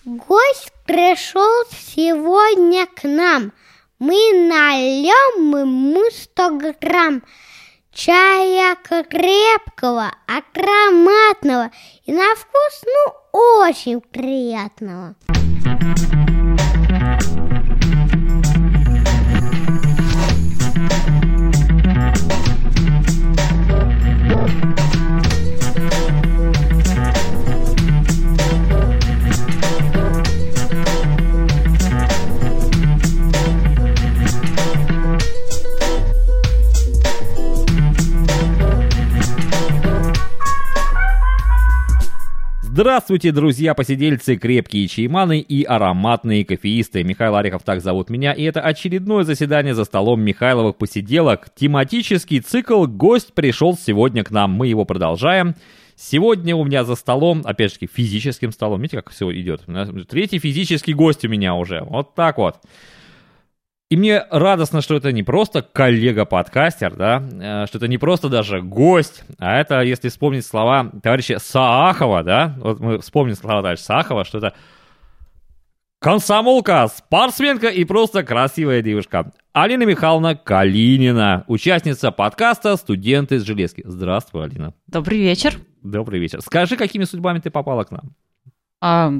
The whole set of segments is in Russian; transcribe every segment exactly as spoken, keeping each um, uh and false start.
Гость пришел сегодня к нам. Мы нальем ему сто грамм чая крепкого, ароматного и на вкус, ну, очень приятного. Здравствуйте, друзья-посидельцы, крепкие чайманы и ароматные кофеисты. Михаил Орехов, так зовут меня, и это очередное заседание за столом Михайловых посиделок. Тематический цикл «Гость пришел сегодня к нам». Мы его продолжаем. Сегодня у меня за столом, опять же, физическим столом, видите, как все идет. Третий физический гость у меня уже, вот так вот. И мне радостно, что это не просто коллега-подкастер, да, что это не просто даже гость, а это, если вспомнить слова товарища Саахова, да, вот мы вспомним слова товарища Саахова, что это комсомолка, спортсменка и просто красивая девушка. Алина Михайловна Калинина, участница подкаста «Студенты с железки». Здравствуй, Алина. Добрый вечер. Добрый вечер. Скажи, какими судьбами ты попала к нам? А...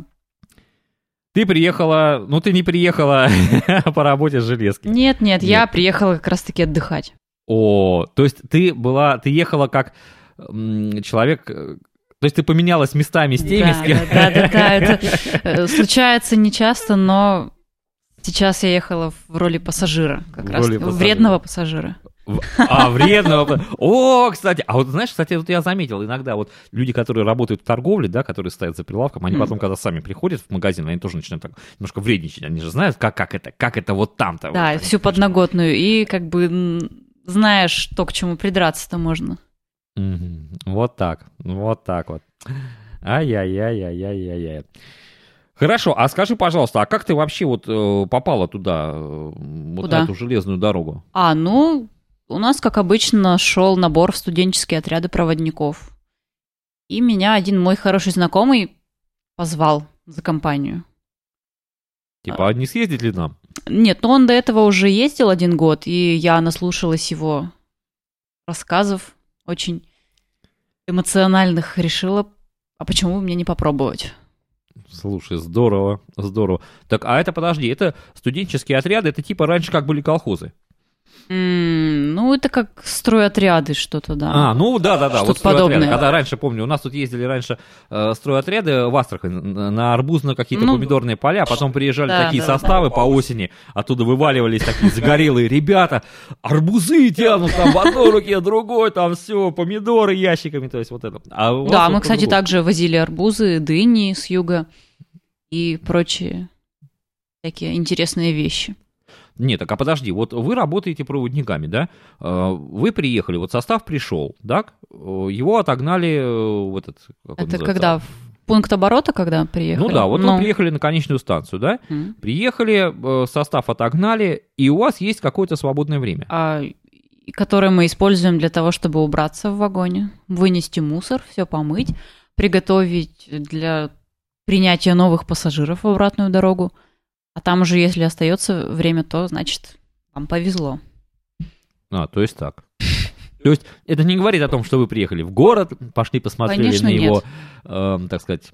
Ты приехала, ну ты не приехала по работе с железки. Нет, нет, нет, я приехала как раз-таки отдыхать. О, то есть ты была, ты ехала как м, человек, то есть ты поменялась местами с теми, да, с кем... Да, да, да, да, это случается нечасто, но сейчас я ехала в роли пассажира, как раз, вредного пассажира. А, вредного. О, кстати, а вот знаешь, кстати, вот я заметил, иногда вот люди, которые работают в торговле, да, которые стоят за прилавком, они потом, когда сами приходят в магазин, они тоже начинают так немножко вредничать, они же знают, как, как это, как это вот там-то. Да, вот, всю подноготную, и как бы знаешь то, к чему придраться-то можно. Угу. Вот так, вот так вот. Ай-яй-яй-яй-яй-яй-яй. Хорошо, а скажи, пожалуйста, а как ты вообще вот э, попала туда, э, вот Куда? на эту железную дорогу? А, ну... У нас, как обычно, шел набор в студенческие отряды проводников. И меня один мой хороший знакомый позвал за компанию. Типа, а не съездить ли нам? Нет, ну он до этого уже ездил один год, и я наслушалась его рассказов, очень эмоциональных, решила, а почему бы мне не попробовать? Слушай, здорово, здорово. Так, а это, подожди, это студенческие отряды, это типа раньше как были колхозы? Mm, ну, это как стройотряды что-то, да. А, ну да-да-да, что-то вот стройотряды. подобное. Когда раньше, помню, у нас тут ездили раньше э, стройотряды в Астрахань на арбузно какие-то ну, помидорные поля, потом приезжали да, такие да, составы да. по осени, оттуда вываливались такие загорелые ребята, арбузы тянут там в одной руке, другой, там все, помидоры ящиками, то есть вот это. А да, мы, вот кстати, также возили арбузы, дыни с юга и прочие такие интересные вещи. Нет, так а подожди, вот вы работаете проводниками, да? Вы приехали, вот состав пришел, да? Его отогнали в этот... Как это когда? В пункт оборота, когда приехали? Ну да, вот ну. вы приехали на конечную станцию, да? Mm. Приехали, состав отогнали, и у вас есть какое-то свободное время. А, которое мы используем для того, чтобы убраться в вагоне, вынести мусор, все помыть, приготовить для принятия новых пассажиров в обратную дорогу. А там уже, если остается время, то, значит, вам повезло. А, то есть так. То есть это не говорит о том, что вы приехали в город, пошли посмотрели Конечно, на его, э, так сказать,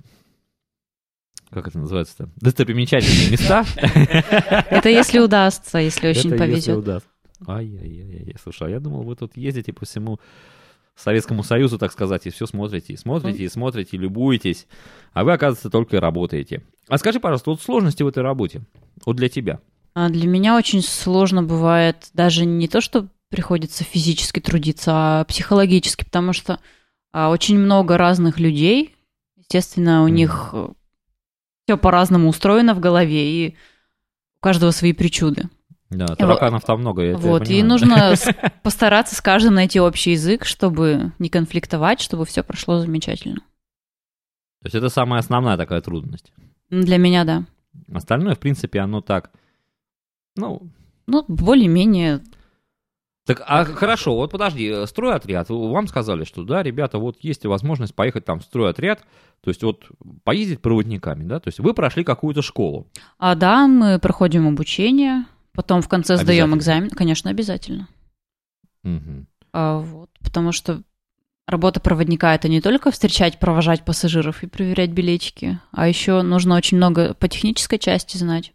как это называется-то, достопримечательные места. Это если удастся, если очень повезет. Это если удастся. Ай-яй-яй-яй. Слушай, а я думал, вы тут ездите по всему Советскому Союзу, так сказать, и все смотрите, и смотрите, и смотрите, и любуетесь, а вы, оказывается, только и работаете. А скажи, пожалуйста, вот сложности в этой работе, вот для тебя? А для меня очень сложно бывает даже не то, что приходится физически трудиться, а психологически, потому что а, очень много разных людей, естественно, у mm. них все по-разному устроено в голове, и у каждого свои причуды. Да, тараканов там много, я Вот, это и нужно постараться с каждым найти общий язык, чтобы не конфликтовать, чтобы все прошло замечательно. То есть это самая основная такая трудность? Для меня, да. Остальное, в принципе, оно так, ну... Ну, более-менее Так, а хорошо, вот подожди, стройотряд, вам сказали, что, да, ребята, вот есть возможность поехать там в стройотряд, то есть вот поездить проводниками, да, то есть вы прошли какую-то школу. А да, мы проходим обучение, потом в конце сдаем экзамен, конечно, обязательно. Угу. А, вот, потому что работа проводника — это не только встречать, провожать пассажиров и проверять билетики, а еще нужно очень много по технической части знать.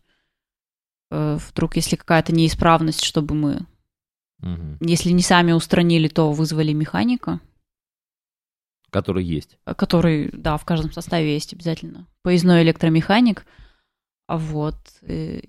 Вдруг, если какая-то неисправность, чтобы мы... Угу. Если не сами устранили, то вызвали механика. Который есть. Который, да, в каждом составе есть обязательно. Поездной электромеханик. А вот... И...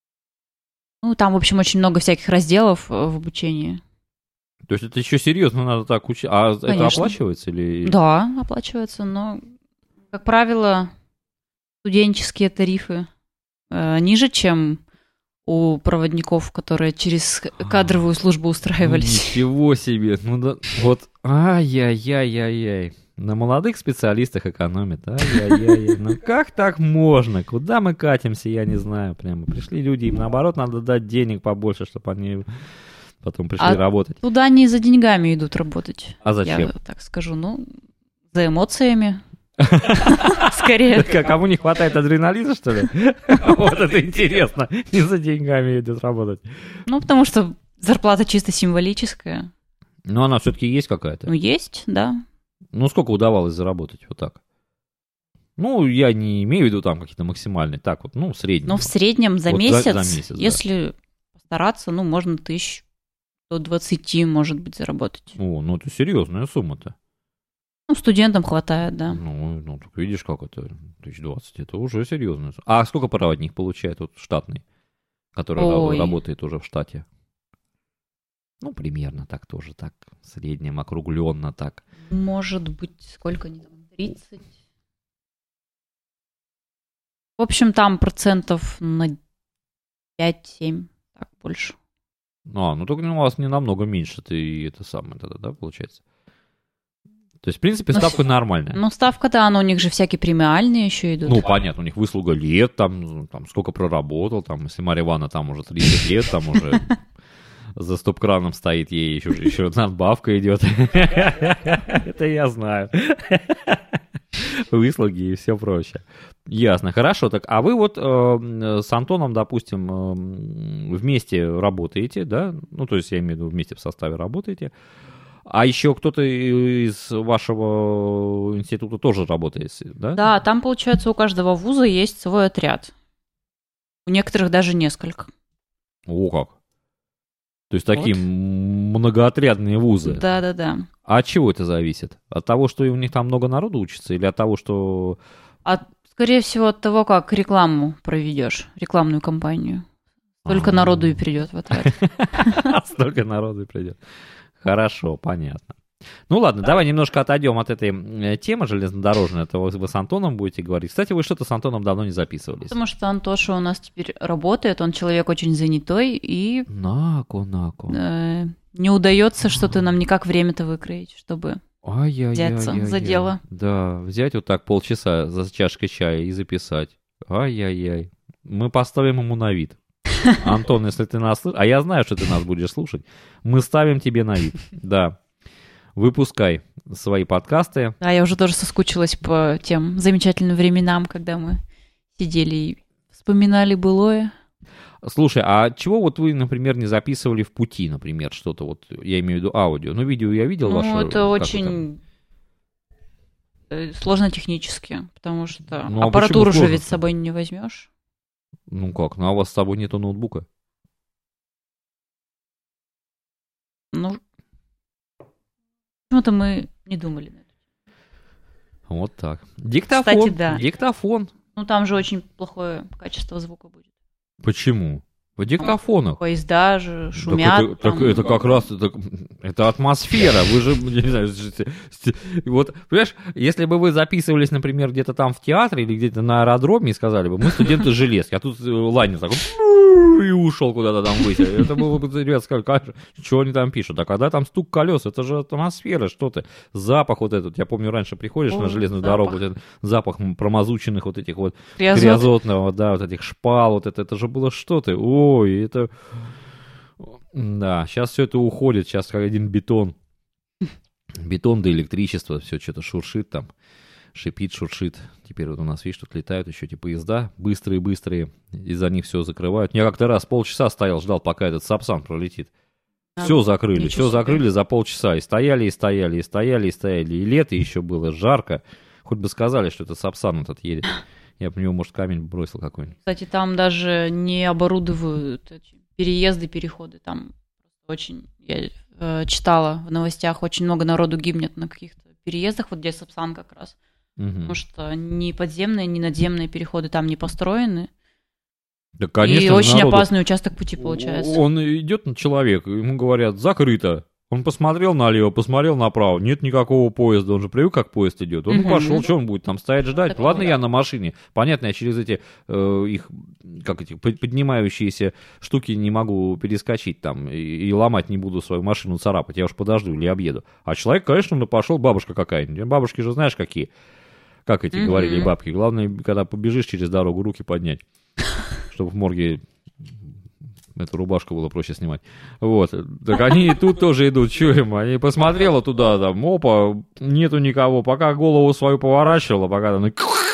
Ну, там, в общем, очень много всяких разделов в обучении. То есть это еще серьезно надо так учить? А Конечно. Это оплачивается или... Да, оплачивается, но, как правило, студенческие тарифы э, ниже, чем... у проводников, которые через кадровую службу устраивались. Ничего себе. Ну да, вот, ай-яй-яй-яй-яй. На молодых специалистах экономят. Ай-яй-яй. Ну как так можно? Куда мы катимся, я не знаю. Прямо пришли люди, им наоборот надо дать денег побольше, чтобы они потом пришли а работать. Туда они за деньгами идут работать. А зачем? Я так скажу, ну, за эмоциями. Скорее. Кому не хватает адреналина, что ли? Вот это интересно. Не за деньгами идет работать. Ну, потому что зарплата чисто символическая. Но она все-таки есть какая-то? Ну, есть, да. Ну, сколько удавалось заработать вот так? Ну, я не имею в виду там какие-то максимальные, так вот, ну, в среднем. Ну, в среднем за вот месяц, за, за месяц, если да. постараться, ну, можно тысяч до двадцати, может быть, заработать. О, ну, это серьезная сумма-то. Ну, студентам хватает, да. Ну, ну, так видишь, как это, тысяч двадцать, это уже серьезно. А сколько проводник получает, вот штатный, который Ой. работает уже в штате? Ну, примерно так тоже, так, в среднем, округленно так. Может быть, сколько они там, тридцать? В общем, там процентов на пять-семь, так, больше. А, ну, только у вас не намного меньше, ты это самое тогда, да, получается? То есть, в принципе, ставка ну, нормальная. Ну, ставка, да, но у них же всякие премиальные еще идут. Ну, понятно, у них выслуга лет, там, там сколько проработал, там, если Марья Ивановна там уже тридцать лет, там уже за стоп-краном стоит, ей еще, еще надбавка идет. Это я знаю. Выслуги и все прочее. Ясно, хорошо. Так, а вы вот э, с Антоном, допустим, э, вместе работаете, да? Ну, то есть, я имею в виду, вместе в составе работаете. А еще кто-то из вашего института тоже работает, да? Да, там, получается, у каждого вуза есть свой отряд. У некоторых даже несколько. О, как. То есть такие вот. Многоотрядные вузы. Да-да-да. А от чего это зависит? От того, что у них там много народу учится, или от того, что... От, скорее всего, от того, как рекламу проведешь, рекламную кампанию. Столько А-а-а. народу и придет в отряд. Столько народу и придет. Хорошо, понятно. Ну ладно, давай немножко отойдем от этой темы железнодорожной. Это вы с Антоном будете говорить. Кстати, вы что-то с Антоном давно не записывались. Потому что Антоша у нас теперь работает, он человек очень занятой и... Нако, нако. Э, не удается что-то нам никак время-то выкроить, чтобы Ай-яй-яй-яй-яй. взяться за дело. Да, взять вот так полчаса за чашкой чая и записать. Ай-яй-яй. Мы поставим ему на вид. Антон, если ты нас слышишь, а я знаю, что ты нас будешь слушать, мы ставим тебе на вид. Да. Выпускай свои подкасты. Да, я уже тоже соскучилась по тем замечательным временам, когда мы сидели и вспоминали былое. Слушай, а чего вот вы, например, не записывали в пути, например, что-то вот, я имею в виду аудио. Ну, видео я видел ну, ваше. Ну, это очень это... сложно технически, потому что ну, а аппаратуру же ведь с собой не возьмешь. Ну как, ну а у вас с собой нету ноутбука? Ну, почему-то мы не думали на это. Вот так. Диктофон. Кстати, да. Диктофон. Ну, там же очень плохое качество звука будет. Почему? В диктофонах. Поезда же шумят. Так это, так это как раз это, это атмосфера. Вы же, не знаю, вот, понимаешь, если бы вы записывались, например, где-то там в театре или где-то на аэродроме и сказали бы, мы студенты железки, а тут лайнер такой и ушел куда-то там выйти. Это было бы, ребят, сказали, что они там пишут. А когда там стук колес, это же атмосфера, что ты. Запах вот этот. Я помню, раньше приходишь О, на железную запах. дорогу, вот этот запах промазученных вот этих вот Криозот. криозотного, да, вот этих шпал, вот это, это же было что-то. Ой, это... Да, сейчас все это уходит, сейчас как один бетон. Бетон да электричество, все что-то шуршит там, шипит, шуршит. Теперь вот у нас, видишь, тут летают еще эти поезда, быстрые-быстрые, из-за них все закрывают. Я как-то раз полчаса стоял, ждал, пока этот Сапсан пролетит. Все закрыли, все закрыли за полчаса. И стояли, и стояли, и стояли, и стояли. И лето еще было, жарко. Хоть бы сказали, что это Сапсан этот едет. Я бы в него, может, камень бросил какой-нибудь. Кстати, там даже не оборудуют переезды, переходы. Там очень, я э, читала в новостях, очень много народу гибнет на каких-то переездах, вот где Сапсан как раз. Угу. Потому что ни подземные, ни надземные переходы там не построены. Да, конечно, и очень народу... опасный участок пути получается. Он идет на человека, ему говорят, закрыто. Он посмотрел налево, посмотрел направо, нет никакого поезда, он же привык, как поезд идет. Он угу. пошел, что он будет там стоять ждать? Так Ладно, да. я на машине. Понятно, я через эти э, их, как эти, поднимающиеся штуки не могу перескочить там и, и ломать не буду свою машину, царапать. Я уж подожду или объеду. А человек, конечно, ну, пошел, бабушка какая-нибудь. Бабушки же знаешь какие. Как эти угу. говорили бабки. Главное, когда побежишь через дорогу, руки поднять. Чтобы в морге эту рубашку было проще снимать. Вот. Так они и тут тоже идут. Чё им? Они посмотрела туда, там, опа, нету никого. Пока голову свою поворачивала, пока там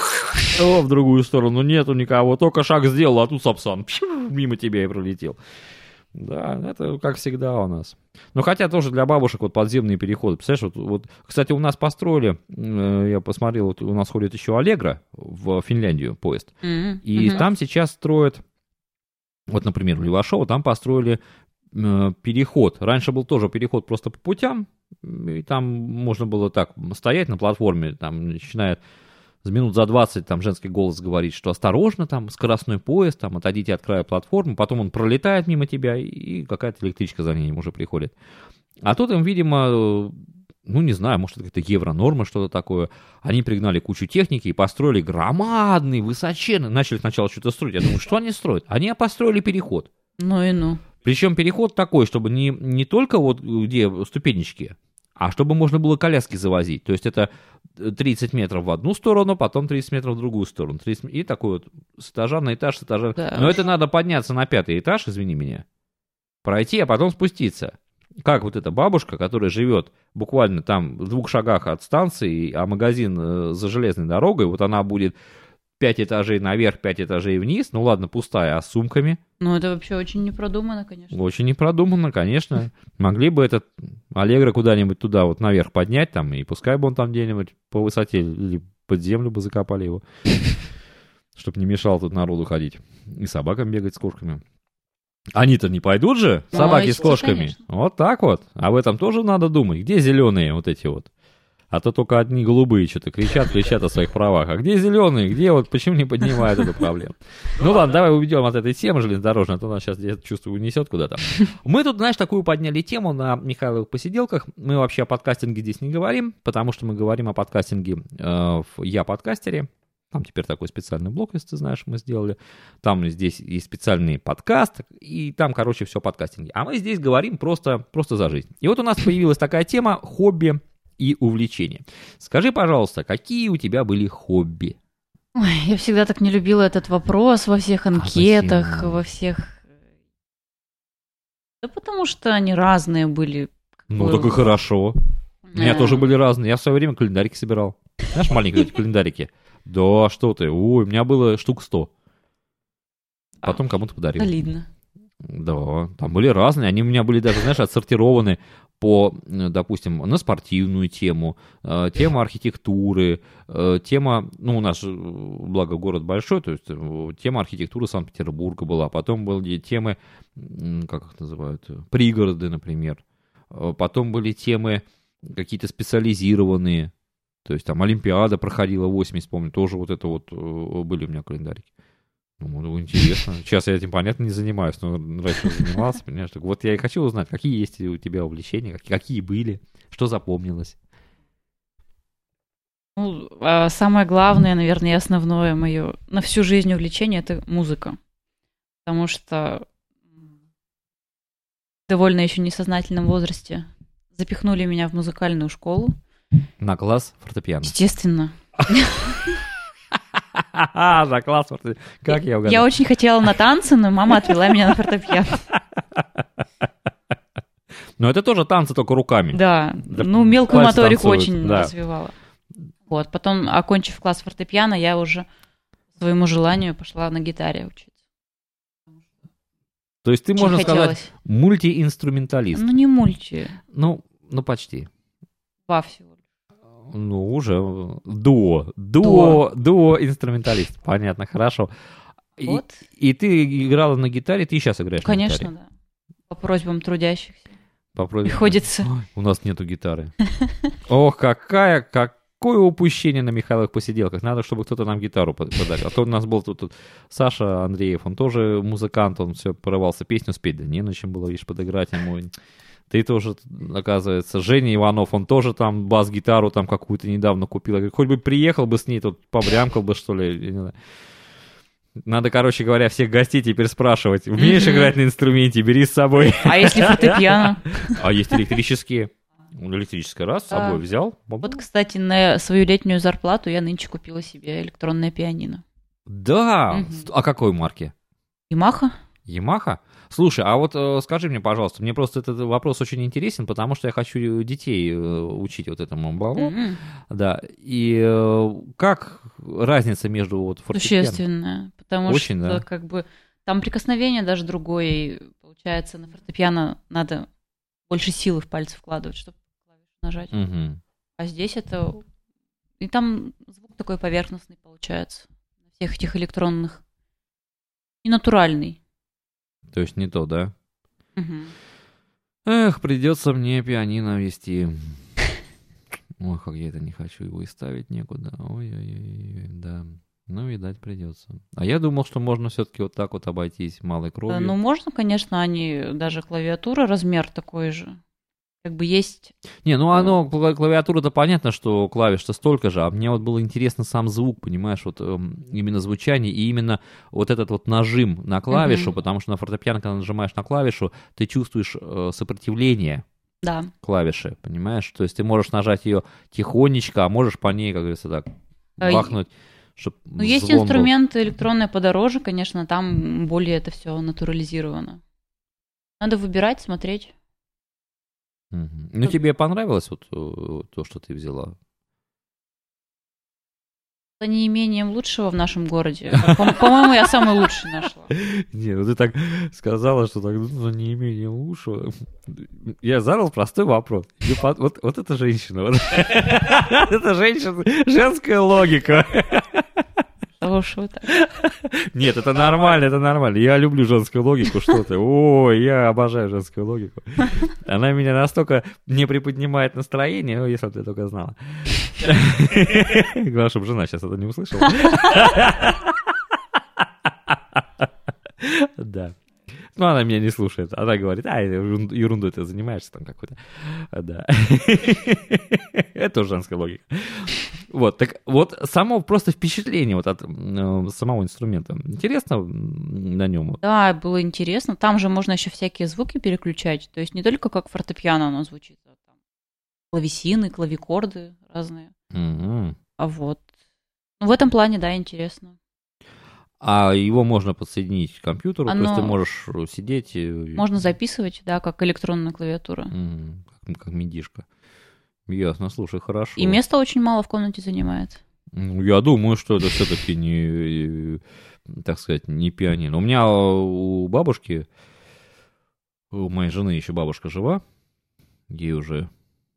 о, в другую сторону нету никого. Только шаг сделала, а тут Сапсан мимо тебя и пролетел. Да, это как всегда у нас. Но хотя тоже для бабушек вот подземные переходы. Представляешь, вот, вот кстати, у нас построили, э, я посмотрел, вот у нас ходит еще Аллегро в Финляндию поезд. Mm-hmm. И mm-hmm. там сейчас строят, вот, например, в Левашово там построили э, переход. Раньше был тоже переход просто по путям, и там можно было так стоять на платформе, там начинает с минут за двадцать там женский голос говорит, что осторожно, там скоростной поезд, там отойдите от края платформы, потом он пролетает мимо тебя, и какая-то электричка за ним уже приходит. А тут им, видимо, ну не знаю, может это какая-то евронорма, что-то такое, они пригнали кучу техники и построили громадный, высоченный, начали сначала что-то строить. Я думаю, что они строят? Они построили переход. Ну и ну. Причем переход такой, чтобы не, не только вот где ступенечки, а чтобы можно было коляски завозить. То есть это тридцать метров в одну сторону, потом тридцать метров в другую сторону. тридцать... И такой вот с этажа на этаж, с этажа... Да. Но это надо подняться на пятый этаж, извини меня, пройти, а потом спуститься. Как вот эта бабушка, которая живет буквально там в двух шагах от станции, а магазин за железной дорогой, вот она будет пять этажей наверх, пять этажей вниз, ну ладно, пустая, а с сумками? Ну это вообще очень непродуманно, конечно. Очень непродуманно, конечно. Могли бы этот Аллегро куда-нибудь туда вот наверх поднять, там, и пускай бы он там где-нибудь по высоте или под землю бы закопали его, чтобы не мешал тут народу ходить. И собакам бегать с кошками. Они-то не пойдут же, собаки с кошками. Вот так вот. Об этом тоже надо думать. Где зеленые вот эти вот? А то только одни голубые что-то кричат, кричат о своих правах. А где зеленые? Где вот, почему не поднимают эту проблему? Ну ладно, давай уйдем от этой темы железнодорожной, а то нас сейчас, я чувствую, унесет куда-то. Мы тут, знаешь, такую подняли тему на Михайловых посиделках. Мы вообще о подкастинге здесь не говорим, потому что мы говорим о подкастинге э, в Я-подкастере. Там теперь такой специальный блок, если ты знаешь, мы сделали. Там здесь есть специальный подкаст, и там, короче, все подкастинги. А мы здесь говорим просто, просто за жизнь. И вот у нас появилась такая тема хобби и увлечения. Скажи, пожалуйста, какие у тебя были хобби? Ой, я всегда так не любила этот вопрос во всех анкетах, а во всех... Да потому что они разные были. Ну, так и хорошо. У меня тоже были разные. Я в свое время календарики собирал. Знаешь, маленькие эти календарики? Да, что ты. Ой, у меня было штук сто. Потом кому-то подарил. Солидно. Да, там были разные. Они у меня были даже, знаешь, отсортированы по, допустим, на спортивную тему, э, тема архитектуры, э, тема, ну, у нас, благо, город большой, то есть э, тема архитектуры Санкт-Петербурга была, потом были темы, как их называют, пригороды, например, э, потом были темы какие-то специализированные, то есть там Олимпиада проходила восемьдесят, помню, тоже вот это вот э, были у меня календарики. Ну, интересно. Сейчас я этим, понятно, не занимаюсь, но раньше занимался, понимаешь? Так вот я и хочу узнать, какие есть у тебя увлечения, какие, какие были, что запомнилось. Ну, самое главное, наверное, и основное мое на всю жизнь увлечение — это музыка. Потому что в довольно еще несознательном возрасте запихнули меня в музыкальную школу. На класс фортепиано? Естественно. За класс фортепиано. Как я угадал? Я очень хотела на танцы, но мама отвела меня на фортепиано. Но это тоже танцы, только руками. Да, Да, ну мелкую пальцы моторику танцуют, очень да. развивала. Вот, потом, окончив класс фортепиано, я уже по своему желанию пошла на гитаре учиться. То есть ты, Очень можно хотелось. сказать, мультиинструменталист. Ну, не мульти, Ну, ну, почти. два всего. Ну, уже э, дуо. Дуо, дуо инструменталист. Понятно, хорошо. И, Вот. и ты играла на гитаре, ты и сейчас играешь Конечно, на гитаре? да. По просьбам трудящихся. Попробуй. Приходится. Ой, у нас нету гитары. Ох, какая, какое упущение на Михайловых посиделках. Надо, чтобы кто-то нам гитару подарил. А то у нас был тут, тут Саша Андреев, он тоже музыкант, он все порывался песню спеть. Да не на чем было, видишь, подыграть ему. Ты тоже, оказывается, Женя Иванов, он тоже там бас-гитару там какую-то недавно купил. Я говорю, хоть бы приехал бы с ней, тут побрямкал бы, что ли. Я не знаю. Надо, короче говоря, всех гостей теперь спрашивать. Умеешь играть на инструменте, бери с собой. А если фортепиано? А есть электрические. Электрическое раз с Да. собой взял. Вот, кстати, на свою летнюю зарплату я нынче купила себе электронное пианино. Да. Мгм. А какой марки? Ямаха? Ямаха? Слушай, а вот э, скажи мне, пожалуйста, мне просто этот вопрос очень интересен, потому что я хочу детей э, учить вот этому балу. Мгм. Да. И э, как разница между вот фортепиано? Существенное. Потому Очень, что да. как бы там прикосновение даже другое. И, получается, на фортепиано надо больше силы в пальцы вкладывать, чтобы клавишу нажать. Мгм. А здесь это... И там звук такой поверхностный получается. На всех этих электронных. И натуральный. То есть не то, да? Мгм. Эх, придется мне пианино вести. Ой, как я это не хочу, его и ставить некуда. Ой-ой-ой, да. Ну, видать, придется. А я думал, что можно все-таки вот так вот обойтись малой Э, кровью. Ну, можно, конечно, они даже клавиатура размер такой же. Как бы есть... Не, ну оно, кла- клавиатура-то понятно, что клавиш-то столько же, а мне вот было интересно сам звук, понимаешь, вот эм, именно звучание и именно вот этот вот нажим на клавишу, Мгм. потому что на фортепиано, когда нажимаешь на клавишу, ты чувствуешь э, сопротивление Да. клавиши, понимаешь? То есть ты можешь нажать ее тихонечко, а можешь по ней, как говорится, так А, бахнуть, чтобы Ну, есть инструменты электронные подороже, конечно, там более это все натурализировано. Надо выбирать, смотреть. Ну, тебе понравилось вот э, то, что ты взяла? За неимением лучшего в нашем городе. По- По-моему, я самый лучший нашла. Не, ну ты так сказала, что так, ну, за неимением лучшего. Я задал простой вопрос. И по- Вот, вот эта женщина, вот. Это женщина, женская логика. Того, что так. Нет, это нормально, это нормально. Я люблю женскую логику, что ты. Ой, я обожаю женскую логику. Она меня настолько не приподнимает настроение, ну, если бы ты только знала. Главное, чтобы жена сейчас это не услышала. Да. Ну, она меня не слушает. Она говорит, а, ерун- ерундой ты занимаешься там какой-то. Да. Это тоже женская логика. Вот, так вот, само просто впечатление вот от э, самого инструмента. Интересно м, на нем? Вот? Да, было интересно. Там же можно еще всякие звуки переключать. То есть не только как фортепиано оно звучит, а там клавесины, клавикорды разные. Мгм. А вот. Ну, в этом плане, да, интересно. А его можно подсоединить к компьютеру, то есть Оно- ты можешь сидеть... и- Можно записывать, да, как электронная клавиатура. М, Как, как мидишка. Ясно, слушай, хорошо. И места очень мало в комнате занимает. Ну, я думаю, что это все-таки не, э, так сказать, не пианино. У меня у бабушки, у моей жены еще бабушка жива, ей уже...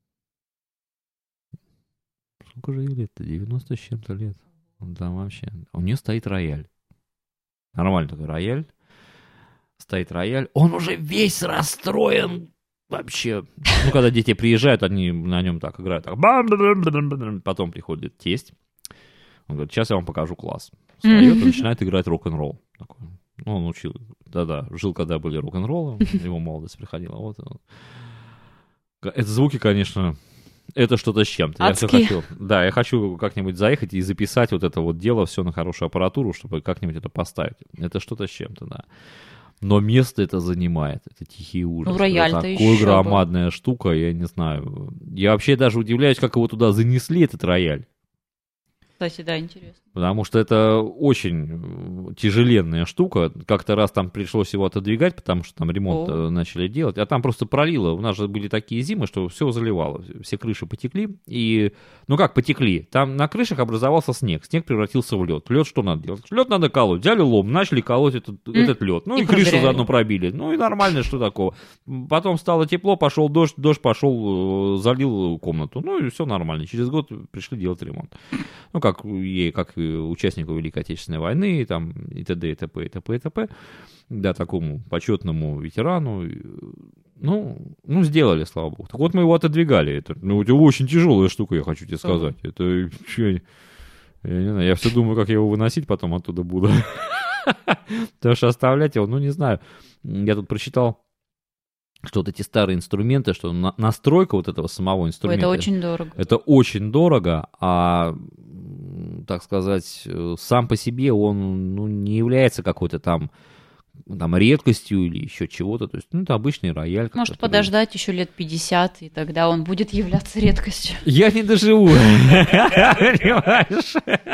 Сколько же ей лет-то? девяносто с чем-то лет. Да, вообще. У нее стоит рояль. Нормальный такой рояль. Стоит рояль. Он уже весь расстроен. Вообще. Ну, когда дети приезжают, они на нем так играют. Так. бам-бам-бам-бам-бам. Потом приходит тесть. Он говорит, сейчас я вам покажу класс. Встает и начинает играть рок-н-ролл. Такой. Ну, он учил. Да-да, жил, когда были рок-н-роллы. Его молодость приходила. Вот. Это звуки, конечно, это что-то с чем-то. Я все Адские. хочу. Да, я хочу как-нибудь заехать и записать вот это вот дело все на хорошую аппаратуру, чтобы как-нибудь это поставить. Это что-то с чем-то, да. Но место это занимает. Это тихий ужас. Ну, рояль-то это еще такой бы. громадная штука, я не знаю. Я вообще даже удивляюсь, как его туда занесли, этот рояль. Кстати, да, интересно. Потому что это очень тяжеленная штука. Как-то раз там пришлось его отодвигать, потому что там ремонт О. начали делать. А там просто пролило. У нас же были такие зимы, что все заливало. Все крыши потекли. И, ну как потекли? Там на крышах образовался снег. Снег превратился в лед. Лед что надо делать? Лед надо колоть. Взяли лом, начали колоть этот, mm. этот лед. Ну и, и крышу заодно пробили. Ну и нормально, что такого. Потом стало тепло, пошел дождь. Дождь пошел, залил комнату. Ну и все нормально. Через год пришли делать ремонт. Ну как ей, как участнику Великой Отечественной войны, там, и т.д. и т.п. и т.п. и т.п. Да, такому почетному ветерану. Ну, ну, сделали, слава богу. Так вот мы его отодвигали. Это, ну, это очень тяжелая штука, я хочу тебе сказать. Oh. Это, я, я не знаю, я все думаю, как я его выносить потом оттуда буду. Потому что оставлять его, ну, не знаю. Я тут прочитал, что вот эти старые инструменты, что на, настройка вот этого самого инструмента... Ой, это очень дорого. Это очень дорого, а, так сказать, сам по себе он, ну, не является какой-то там, там редкостью или еще чего-то. То есть, ну, это обычный рояль. Может подождать еще лет пятьдесят, и тогда он будет являться редкостью. Я не доживу. Понимаешь?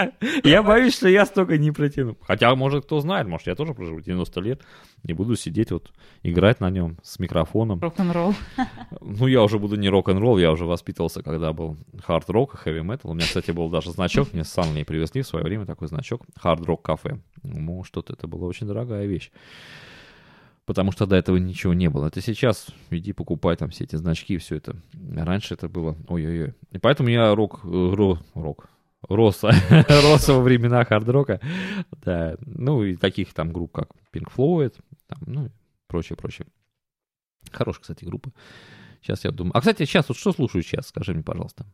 Я боюсь, что я столько не протяну. Хотя, может, кто знает, может, я тоже проживу девяносто лет и буду сидеть вот, играть на нем с микрофоном. Рок-н-ролл. Ну, я уже буду не рок-н-ролл, я уже воспитывался, когда был хард-рок, хэви-метал. У меня, кстати, был даже значок, мне с Англии привезли в свое время такой значок, хард-рок кафе. Ну, что-то это была очень дорогая вещь. Потому что до этого ничего не было. Это сейчас иди покупай там все эти значки, все это. Раньше это было ой-ой-ой. И поэтому я рок, ро, рок, рос, рос во времена хард-рока. Да. Ну и таких там групп, как Pink Floyd, там, ну и прочее, прочее. Хорошая, кстати, группа. Сейчас я думаю. А, кстати, сейчас вот что слушаешь сейчас? Скажи мне, пожалуйста.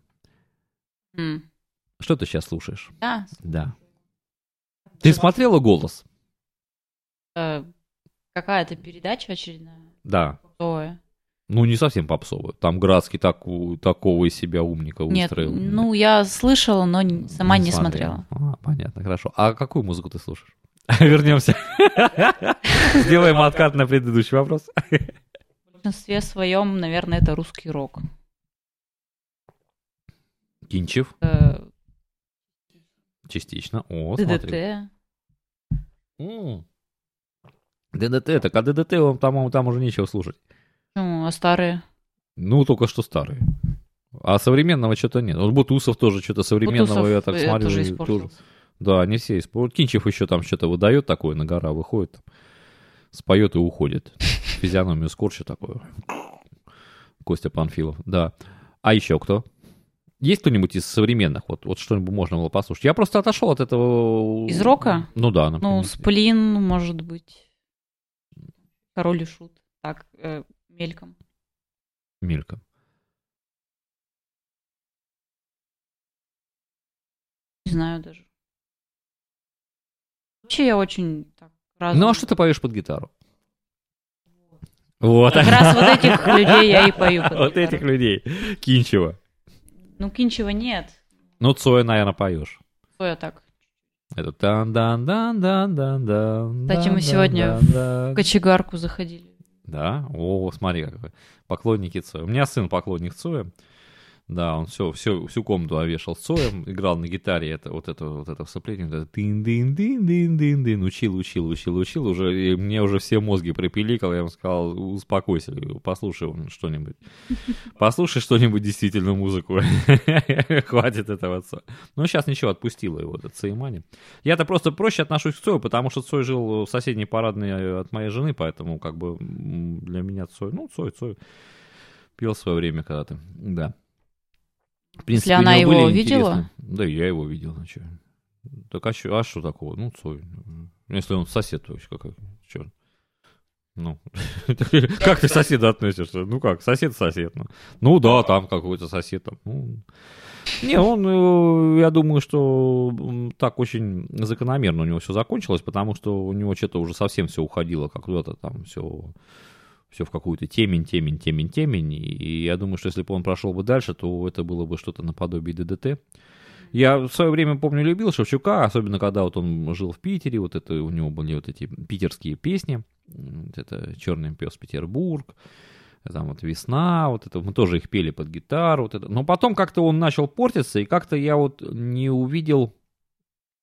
Mm. Что ты сейчас слушаешь? Да. Да. Ты смотрела «Голос»? Uh, какая-то передача очередная? Да. Попсовая. Ну, не совсем попсовая. Там Градский так, такого из себя умника выстроил. Нет, ну, я слышала, но сама не, не смотрела. А, понятно, хорошо. А какую музыку ты слушаешь? Вернемся. Сделаем откат на предыдущий вопрос. В большинстве своем, наверное, это русский рок. Кинчев? Частично. О, ДДТ. М-м. ДДТ, так а ДДТ, там, там уже нечего слушать. Ну, а старые? Ну, только что старые. А современного что-то нет. Вот Бутусов тоже что-то современного, Бутусов, я так смотрю. Тоже испортился. Тоже. Да, не все испортились. Кинчев еще там что-то выдает такое, на гора выходит, там, споет и уходит. Физиономию скорчит такое. Костя Панфилов, да. А еще кто? Есть кто-нибудь из современных? Вот, вот что-нибудь можно было послушать. Я просто отошел от этого... Из рока? Ну да. Например. Ну, Сплин, может быть. Король и Шут. Так, э, мельком. Мельком. Не знаю даже. Вообще я очень так разум... Ну, а что ты поешь под гитару? Вот. Как раз вот этих людей я и пою под Вот этих людей. Кинчева. Ну, Кинчева нет. Ну, Цоя, наверное, поешь. Цоя так. Это дан-дан-дан-дан-дан-дан. Кстати, мы сегодня в кочегарку заходили. Да? О, смотри, какой. Поклонники Цоя. У меня сын поклонник Цоя. Да, он все, все, всю комнату овешал Цоем, играл на гитаре это, вот это вот это вступление, вот это дын-дын-дын-дын-дын-дын, учил, учил, учил, учил, уже, и мне уже все мозги припиликал, я ему сказал, успокойся, послушай что-нибудь, послушай что-нибудь действительно музыку, хватит этого Цоя. Ну, сейчас ничего, отпустила его, этот Цоемани. Я-то просто проще отношусь к Цою, потому что Цой жил в соседней парадной от моей жены, поэтому как бы для меня Цой, ну, Цой, Цой, пел в свое время когда-то, да. В принципе, если она его видела? Интересно. Да, я его видел. Ну, что? Так а что, а что такого? Ну, Цой. Если он сосед, то какой черт. Ну, как ты к соседу относишься? Ну как, сосед-сосед. Ну да, там какой-то сосед. Там. Не, он, я думаю, что так очень закономерно у него все закончилось, потому что у него что-то уже совсем все уходило, как куда-то там все... Все в какую-то темень, темень, темень, темень. И я думаю, что если бы он прошел бы дальше, то это было бы что-то наподобие ДДТ. Я в свое время, помню, любил Шевчука, особенно когда вот он жил в Питере, вот это у него были вот эти питерские песни. Вот это «Черный пес Петербург», там вот «Весна», вот это мы тоже их пели под гитару. Вот это. Но потом как-то он начал портиться, и как-то я вот не увидел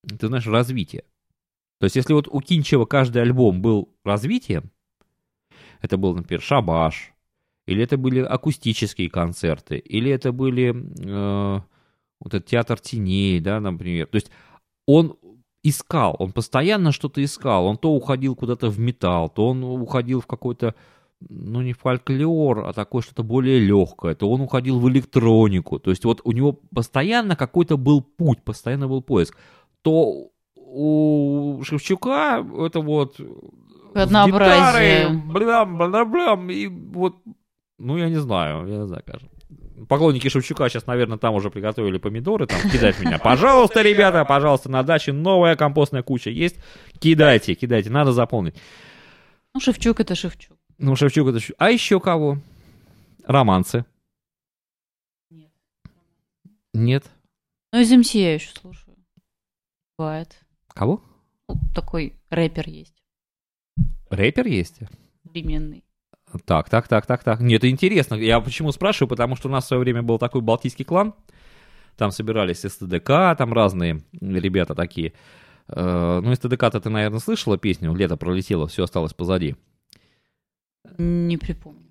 ты знаешь, развитие. То есть, если вот у Кинчева каждый альбом был развитием, это был, например, «Шабаш», или это были акустические концерты, или это были э, вот этот «Театр теней», да, например. То есть, он искал, он постоянно что-то искал. Он то уходил куда-то в металл, то он уходил в какой-то, ну, не фольклор, а такое что-то более легкое, то он уходил в электронику. То есть, вот у него постоянно какой-то был путь, постоянно был поиск. То у Шевчука это вот однообразие. Блям, блям, блям, и вот, ну, я не знаю, я не знаю, кажется. Поклонники Шевчука сейчас, наверное, там уже приготовили помидоры, там, кидать меня. Пожалуйста, ребята, пожалуйста, на даче новая компостная куча есть. Кидайте, кидайте, надо заполнить. Ну, Шевчук это Шевчук. Ну, Шевчук это Шевчук. А еще кого? Романсы. Нет. Нет? Ну, из эм си я еще слушаю. Бывает. Кого? Ну, такой рэпер есть. Рэпер есть? Современный. Так, так, так, так, так. Нет, это интересно. Я почему спрашиваю? Потому что у нас в свое время был такой балтийский клан. Там собирались эс тэ дэ ка, там разные ребята такие. Ну, эс тэ дэ ка-то ты, наверное, слышала песню «Лето пролетело, все осталось позади». Не припомню.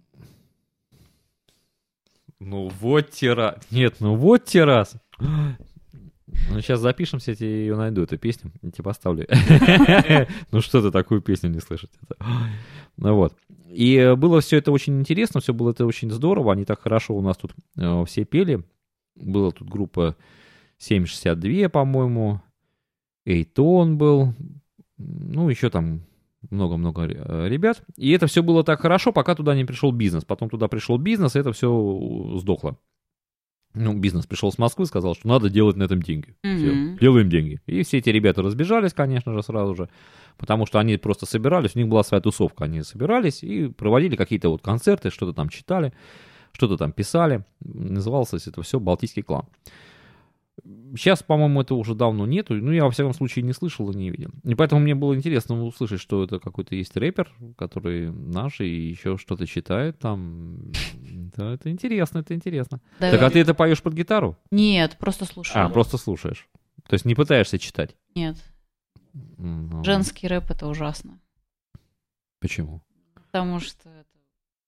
Ну вот террас. Нет, ну вот террас. Ну, сейчас запишемся, я тебе ее найду, эту песню, и тебе поставлю. Ну, что ты такую песню не слышать? Ну, вот. И было все это очень интересно, все было это очень здорово, они так хорошо у нас тут все пели. Была тут группа семь шестьдесят два, по-моему, Эйтон был, ну, еще там много-много ребят. И это все было так хорошо, пока туда не пришел бизнес. Потом туда пришел бизнес, и это все сдохло. Ну, бизнес пришел с Москвы, сказал, что надо делать на этом деньги. Mm-hmm. Все, делаем деньги. И все эти ребята разбежались, конечно же, сразу же, потому что они просто собирались, у них была своя тусовка, они собирались и проводили какие-то вот концерты, что-то там читали, что-то там писали. Называлось это все «Балтийский клан». Сейчас, по-моему, это уже давно нету, ну, я, во всяком случае, не слышал и не видел. И поэтому мне было интересно услышать, что это какой-то есть рэпер, который наш и еще что-то читает там. Да, это интересно, это интересно. Да, так, а ты это поешь под гитару? Нет, просто слушаю. А, просто слушаешь. То есть не пытаешься читать? Нет. Ну... Женский рэп — это ужасно. Почему? Потому что это...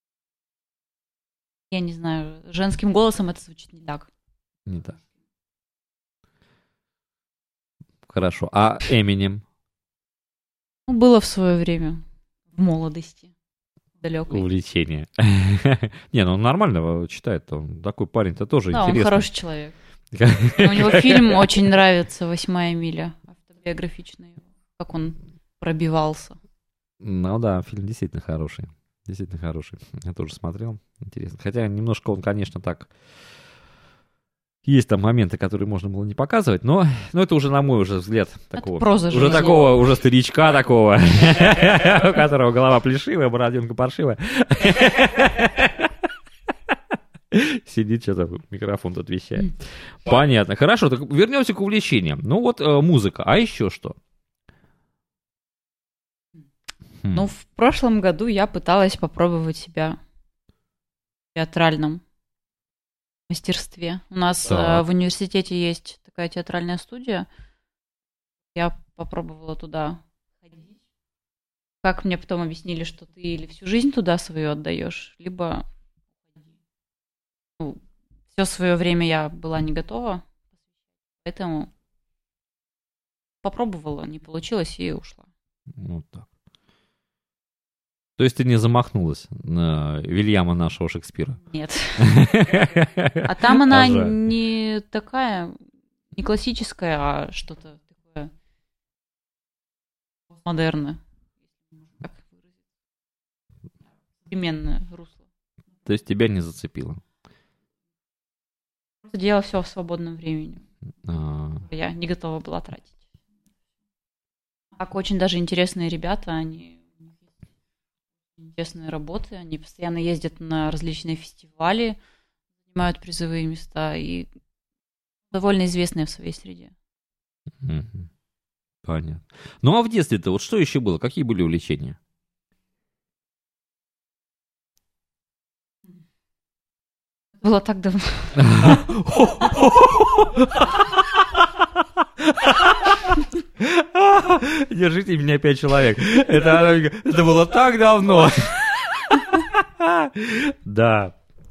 Я не знаю, женским голосом это звучит не так. Не так. Хорошо. А Эминем? Ну, было в свое время, в молодости, далекой. Увлечение. Не, ну он нормально читает, он такой парень-то тоже интересный. Да, он хороший человек. У него фильм очень нравится «Восьмая миля», автобиографичный, как он пробивался. Ну да, фильм действительно хороший, действительно хороший. Я тоже смотрел, интересно. Хотя немножко он, конечно, так... Есть там моменты, которые можно было не показывать, но, но это уже, на мой уже взгляд, такого, проза уже такого, уже старичка такого, у которого голова плешивая, бороденка паршивая. Сидит, что-то микрофон тут вещает. Понятно. Хорошо, так вернемся к увлечениям. Ну вот музыка, а еще что? Ну, в прошлом году я пыталась попробовать себя в театральном мастерстве. У нас э, в университете есть такая театральная студия. Я попробовала туда ходить. Как мне потом объяснили, что ты или всю жизнь туда свою отдаешь, либо ну, все свое время я была не готова, поэтому попробовала, не получилось и ушла. Вот так. То есть ты не замахнулась на Вильяма нашего Шекспира? Нет. А там она не такая, не классическая, а что-то такое модерное. Как выразить? Современное русло. То есть тебя не зацепило? Просто делала все в свободном времени. А... Я не готова была тратить. Как очень даже интересные ребята, они... интересные работы, они постоянно ездят на различные фестивали, занимают призовые места и довольно известные в своей среде. Mm-hmm. Понятно. Ну а в детстве-то вот что еще было? Какие были увлечения? Было так давно. Держите меня пять человек. Это, это было так давно. Да.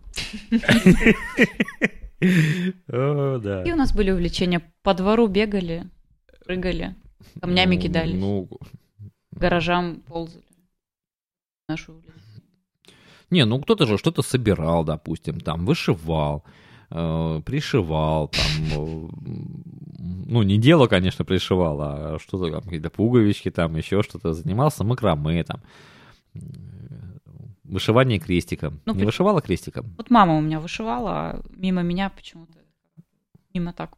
О, да. И у нас были увлечения. По двору бегали, прыгали, камнями кидались, Ну, гаражам ползали. Нашу увлечение. не, ну кто-то же что-то собирал, допустим, там, вышивал, э, пришивал, там, э, ну, не дело, конечно, пришивал, а что-то там, какие-то пуговички, там, еще что-то, занимался макраме, там, э, вышивание крестиком. Ну, Не при- вышивала крестиком? Вот мама у меня вышивала, а мимо меня почему-то, мимо так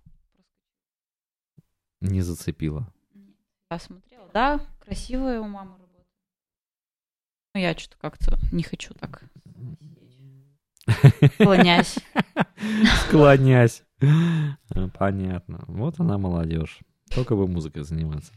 Не зацепила. я смотрела. Да, красивая у мамы работа. Но я что-то как-то не хочу так склонясь. Склонясь. Понятно. Вот она молодежь. Только бы музыкой заниматься.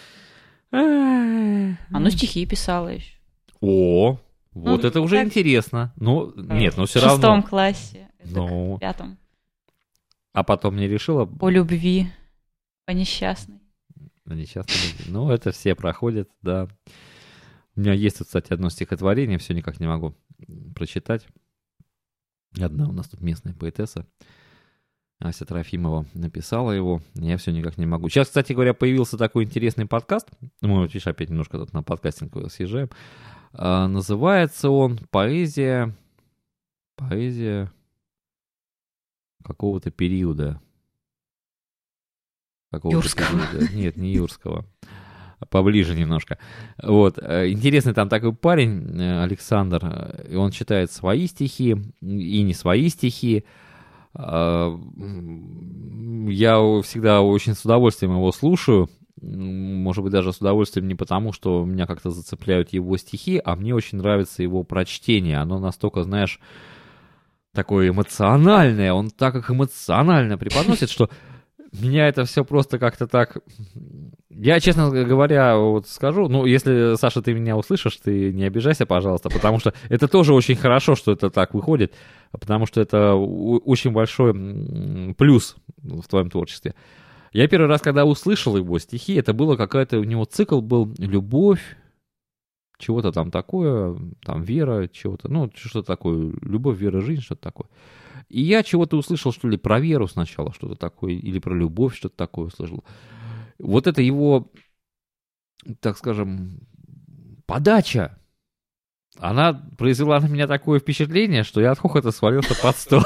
А ну стихи писала еще. О, вот Ну, это уже так. интересно. Ну, нет, но В все шестом равно. классе. это Ну. В пятом. А потом не решила. По любви. По несчастной. Ну, несчастные люди. Ну, это все проходят, да. У меня есть, вот, кстати, одно стихотворение, все никак не могу прочитать. Одна у нас тут местная поэтесса, Ася Трофимова, написала его, я все никак не могу. Сейчас, кстати говоря, появился такой интересный подкаст, мы, вот, видишь, опять немножко тут на подкастинг съезжаем. А, называется он «Поэзия», поэзия какого-то периода. Какого-то Юрского. периода. Нет, не юрского. Поближе немножко. Вот. э, Интересный там такой парень, э, Александр, э, и он читает свои стихи и не свои стихи. А, м, Я всегда очень с удовольствием его слушаю. М, Может быть, даже с удовольствием не потому, что меня как-то зацепляют его стихи, а мне очень нравится его прочтение. Оно настолько, знаешь, такое эмоциональное. Он так как эмоционально преподносит, что меня это все просто как-то так... Я, честно говоря, вот скажу, ну, если, Саша, ты меня услышишь, ты не обижайся, пожалуйста, потому что это тоже очень хорошо, что это так выходит, потому что это у- очень большой м, плюс в твоем творчестве. Я первый раз, когда услышал его стихи, это было какая-то, у него цикл был «Любовь», чего-то там такое, там «Вера», чего-то, ну, что-то такое, «Любовь, вера, жизнь», что-то такое. И я чего-то услышал, что ли, про веру сначала, что-то такое, или про любовь, что-то такое услышал. Вот это его, так скажем, подача, она произвела на меня такое впечатление, что я от хохота свалился под стол.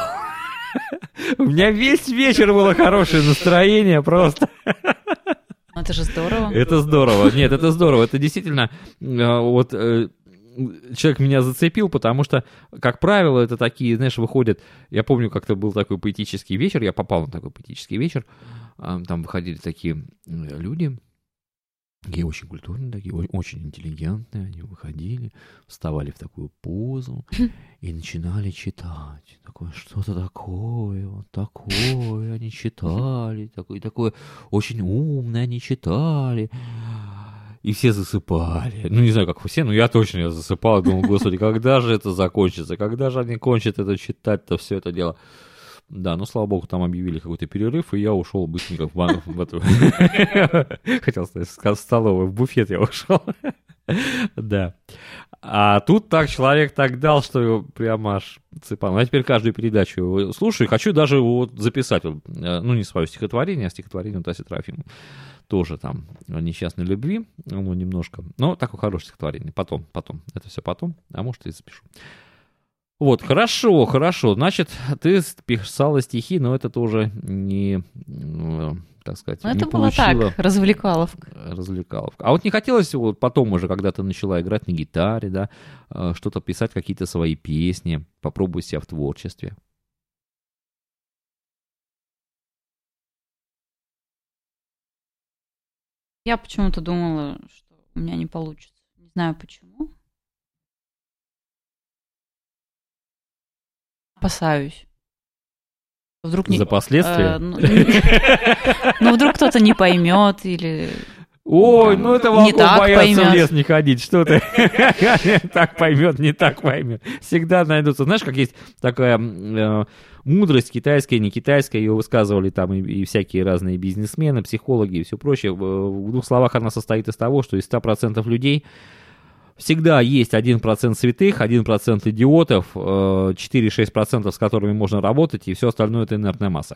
У меня весь вечер было хорошее настроение просто. Ну, это же здорово. Это здорово. Нет, это здорово. Это действительно, э, вот э, человек меня зацепил, потому что, как правило, это такие, знаешь, выходят... Я помню, как-то был такой поэтический вечер, я попал на такой поэтический вечер, э, там выходили такие э, люди, такие очень культурные, такие о- очень интеллигентные, они выходили, вставали в такую позу и начинали читать. Такое, что-то такое, вот такое они читали, такое, такое очень умное они читали. И все засыпали. Ну, не знаю, как все, но я точно я засыпал. Думал, господи, когда же это закончится? Когда же они кончат это читать-то, все это дело? Да, ну, слава богу, там объявили какой-то перерыв, и я ушел быстренько в банк. в эту- Хотел сказать, в столовую, в буфет я ушел. Да. А тут так человек так дал, что прямо аж цепанул. Я теперь каждую передачу слушаю, хочу даже вот записать, вот, э, ну, не свое стихотворение, а стихотворение Таси Трофимовой. Тоже там о несчастной любви, ну, немножко. Но такое хорошее стихотворение. Потом, потом. Это все потом, а может, и запишу. Вот, хорошо, хорошо. Значит, ты писала стихи, но это тоже не, э, так сказать, Ну, не это было получила так, развлекаловка. развлекаловка. А вот не хотелось вот потом уже, когда ты начала играть на гитаре, да, э, что-то писать, какие-то свои песни, попробовать себя в творчестве? Я почему-то думала, что у меня не получится. Не знаю почему. Опасаюсь. Вдруг не... За последствия? э, ну, ну, вдруг кто-то не поймет или... Ой, там, ну это не волков так боятся в поймет. лес не ходить, что ты так поймет, не так поймет. Всегда найдутся. Знаешь, как есть такая, э, мудрость китайская, не китайская, ее высказывали там и, и всякие разные бизнесмены, психологи и все прочее. В двух словах она состоит из того, что из ста процентов людей всегда есть один процент святых, один процент идиотов, четыре-шесть процентов с которыми можно работать, и все остальное это инертная масса.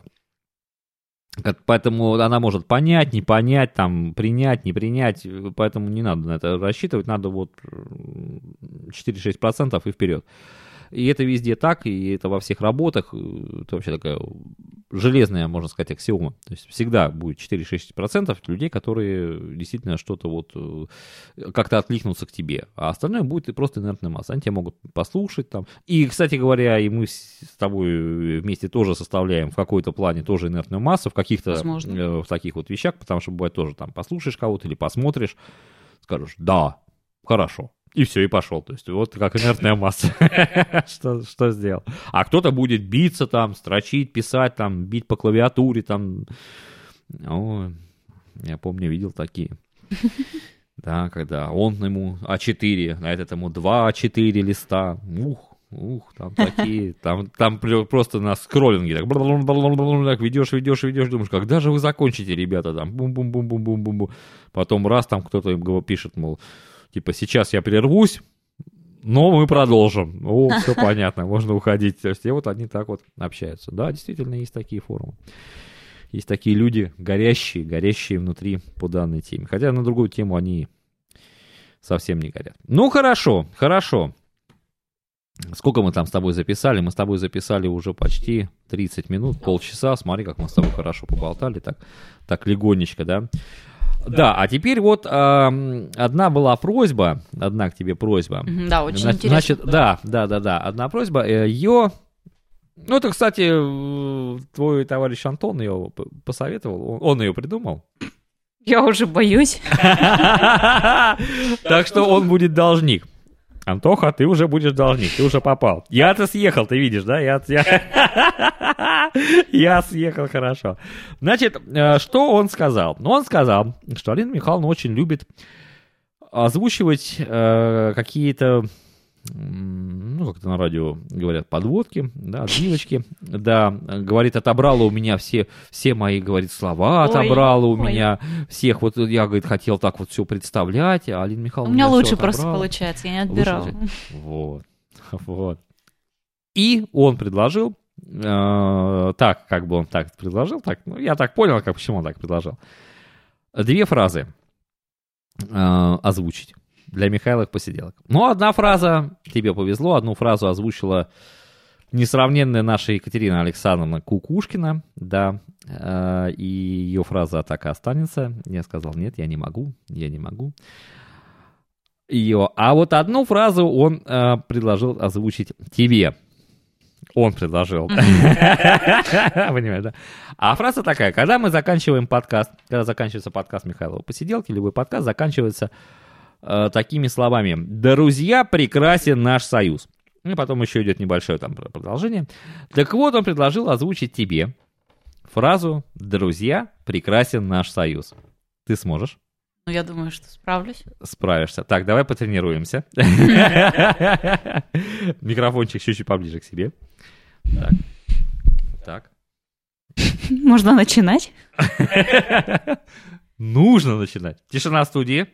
Поэтому она может понять, не понять, там, принять, не принять, поэтому не надо на это рассчитывать, надо вот четыре-шесть процентов и вперед. И это везде так, и это во всех работах, это вообще такая железная, можно сказать, аксиома. То есть всегда будет четыре-шесть процентов людей, которые действительно что-то вот как-то откликнутся к тебе, а остальное будет просто инертная масса. Они тебя могут послушать там. И, кстати говоря, и мы с тобой вместе тоже составляем в какой-то плане тоже инертную массу в каких-то э, в таких вот вещах, потому что бывает тоже там послушаешь кого-то или посмотришь, скажешь «да, хорошо». И все, и пошел. То есть вот как инертная масса. что, что сделал. А кто-то будет биться там, строчить, писать, там, бить по клавиатуре. Там. О, я помню, видел такие. Да, когда он ему а четыре, а этот ему два а четыре листа. Ух, ух, там такие. Там, там просто на скроллинге так, так ведешь, ведешь, ведешь, думаешь, когда же вы закончите, ребята? Там бум-бум-бум-бум-бум-бум. Потом раз там кто-то им пишет, мол, типа, сейчас я прервусь, но мы продолжим. О, все понятно, можно уходить. То есть, и вот они так вот общаются. Да, действительно, есть такие форумы. Есть такие люди, горящие, горящие внутри по данной теме. Хотя на другую тему они совсем не горят. Ну, хорошо, хорошо. Сколько мы там с тобой записали? Мы с тобой записали уже почти тридцать минут, полчаса. Смотри, как мы с тобой хорошо поболтали. Так, так легонечко, да? Да, а теперь вот э, одна была просьба, одна к тебе просьба. Да, очень Значит, интересно. Значит, да, да, да, да, одна просьба. Ее, ну, это, кстати, твой товарищ Антон ее посоветовал, он ее придумал. Я уже боюсь. Так что он будет должник. Антоха, ты уже будешь должник, ты уже попал. Я-то съехал, ты видишь, да? Я, я... я съехал хорошо. Значит, что он сказал? Ну, он сказал, что Алина Михайловна очень любит озвучивать э, какие-то, ну, как это на радио говорят, подводки, да, отбивочки. Да, говорит, отобрала у меня все, все мои, говорит, слова, отобрала ой, у ой. меня всех. Вот я, говорит, хотел так вот все представлять, а Алина Михайловна у меня лучше просто получается, я не отбирала. Лучше. Вот, вот. И он предложил, э, так, как бы он так предложил, так, ну, я так понял, как, почему он так предложил. Две фразы э, озвучить для Михайловых посиделок. Ну, одна фраза, тебе повезло, одну фразу озвучила несравненная наша Екатерина Александровна Кукушкина, да, э, и ее фраза так и останется. Я сказал, нет, я не могу, я не могу. Ее. А вот одну фразу он э, предложил озвучить тебе. Он предложил. Понимаешь, да? А фраза такая, когда мы заканчиваем подкаст, когда заканчивается подкаст Михайлова посиделки, любой подкаст заканчивается э, такими словами. Друзья, прекрасен наш союз. И потом еще идет небольшое там продолжение. Так вот, он предложил озвучить тебе фразу «Друзья, прекрасен наш союз». Ты сможешь? Ну, я думаю, что справлюсь. Справишься. Так, давай потренируемся. Микрофончик чуть-чуть поближе к себе. Так. Так. Можно начинать? Нужно начинать. Тишина в студии.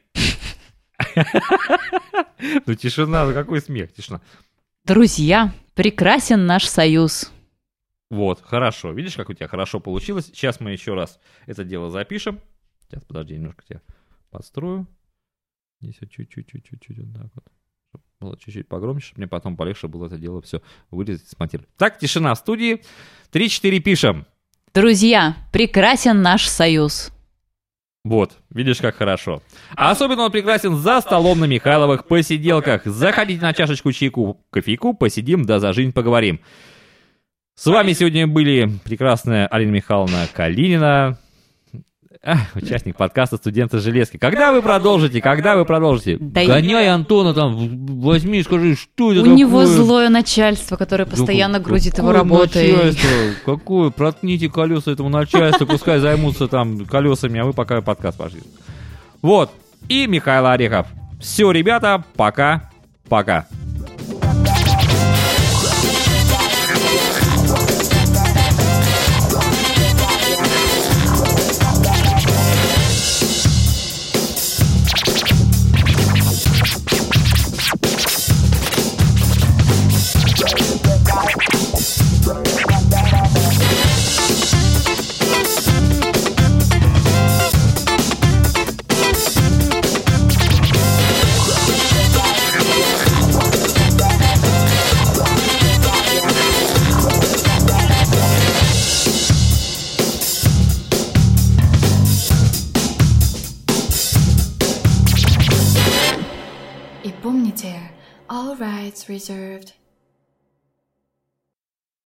Ну, тишина, ну какой смех, тишина. Друзья, прекрасен наш союз. Вот, хорошо. Видишь, как у тебя хорошо получилось? Сейчас мы еще раз это дело запишем. Сейчас, подожди, немножко тебя подстрою. Здесь вот чуть-чуть, чуть-чуть, чуть-чуть, вот так вот. Чтобы было чуть-чуть погромче, чтобы мне потом полегче было это дело все вырезать и смонтировать. Так, тишина в студии. Три-четыре пишем. Друзья, прекрасен наш союз. Вот, видишь, как хорошо. А особенно он прекрасен за столом на Михайловых посиделках. Заходите на чашечку чайку, кофейку, посидим, да за жизнь поговорим. С вами сегодня были прекрасная Алина Михайловна Калинина, участник подкаста «Студенты Железки». Когда вы продолжите? Когда вы продолжите? Да гоняй я... Антона там, возьми и скажи, что это У такое? него злое начальство, которое постоянно ну, грузит его работой. Начальство? Какое? Проткните колеса этому начальству, пускай займутся там колесами, а вы пока подкаст пошли. Вот. И Михаил Орехов. Все, ребята, пока. Пока. И помните, all rights reserved.